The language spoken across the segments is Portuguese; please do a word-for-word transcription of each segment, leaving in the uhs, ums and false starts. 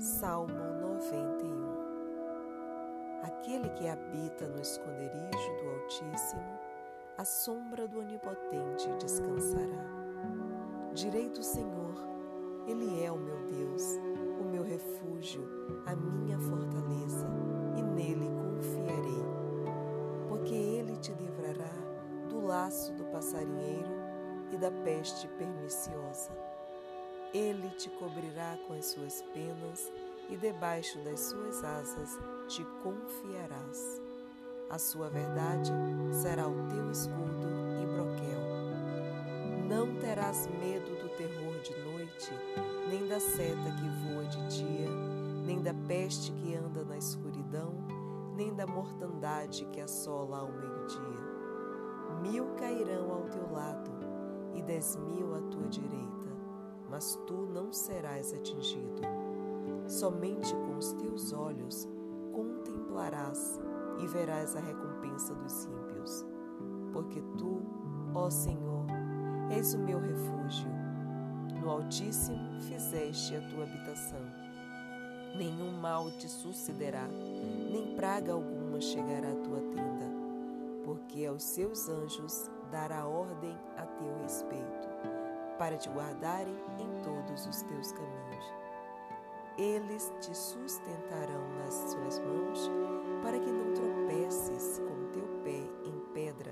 Salmo noventa e um. Aquele que habita no esconderijo do Altíssimo, à sombra do Onipotente descansará. Direi do Senhor, Ele é o meu Deus, o meu refúgio, a minha fortaleza, e nele confiarei. Porque Ele te livrará do laço do passarinheiro e da peste perniciosa. Ele te cobrirá com as suas penas e debaixo das suas asas te confiarás. A sua verdade será o teu escudo e broquel. Não terás medo do terror de noite, nem da seta que voa de dia, nem da peste que anda na escuridão, nem da mortandade que assola ao meio-dia. Mil cairão ao teu lado e dez mil à tua direita, mas tu não serás atingido. Somente com os teus olhos contemplarás e verás a recompensa dos ímpios. Porque tu, ó Senhor, és o meu refúgio. No Altíssimo fizeste a tua habitação. Nenhum mal te sucederá, nem praga alguma chegará à tua tenda, porque aos seus anjos dará ordem a teu respeito, para te guardarem em todos os teus caminhos. Eles te sustentarão nas suas mãos, para que não tropeces com o teu pé em pedra.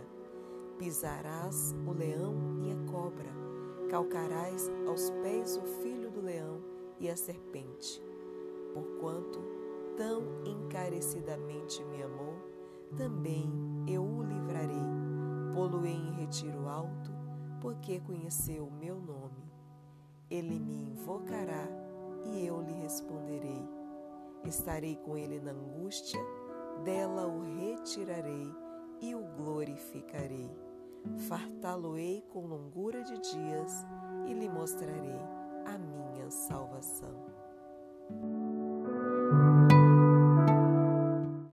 Pisarás o leão e a cobra, calcarás aos pés o filho do leão e a serpente. Porquanto tão encarecidamente me amou, também eu o livrarei, pô-lo-ei em retiro alto, porque conheceu o meu nome. Ele me invocará e eu lhe responderei. Estarei com ele na angústia, dela o retirarei e o glorificarei. Fartá-lo-ei com longura de dias e lhe mostrarei a minha salvação.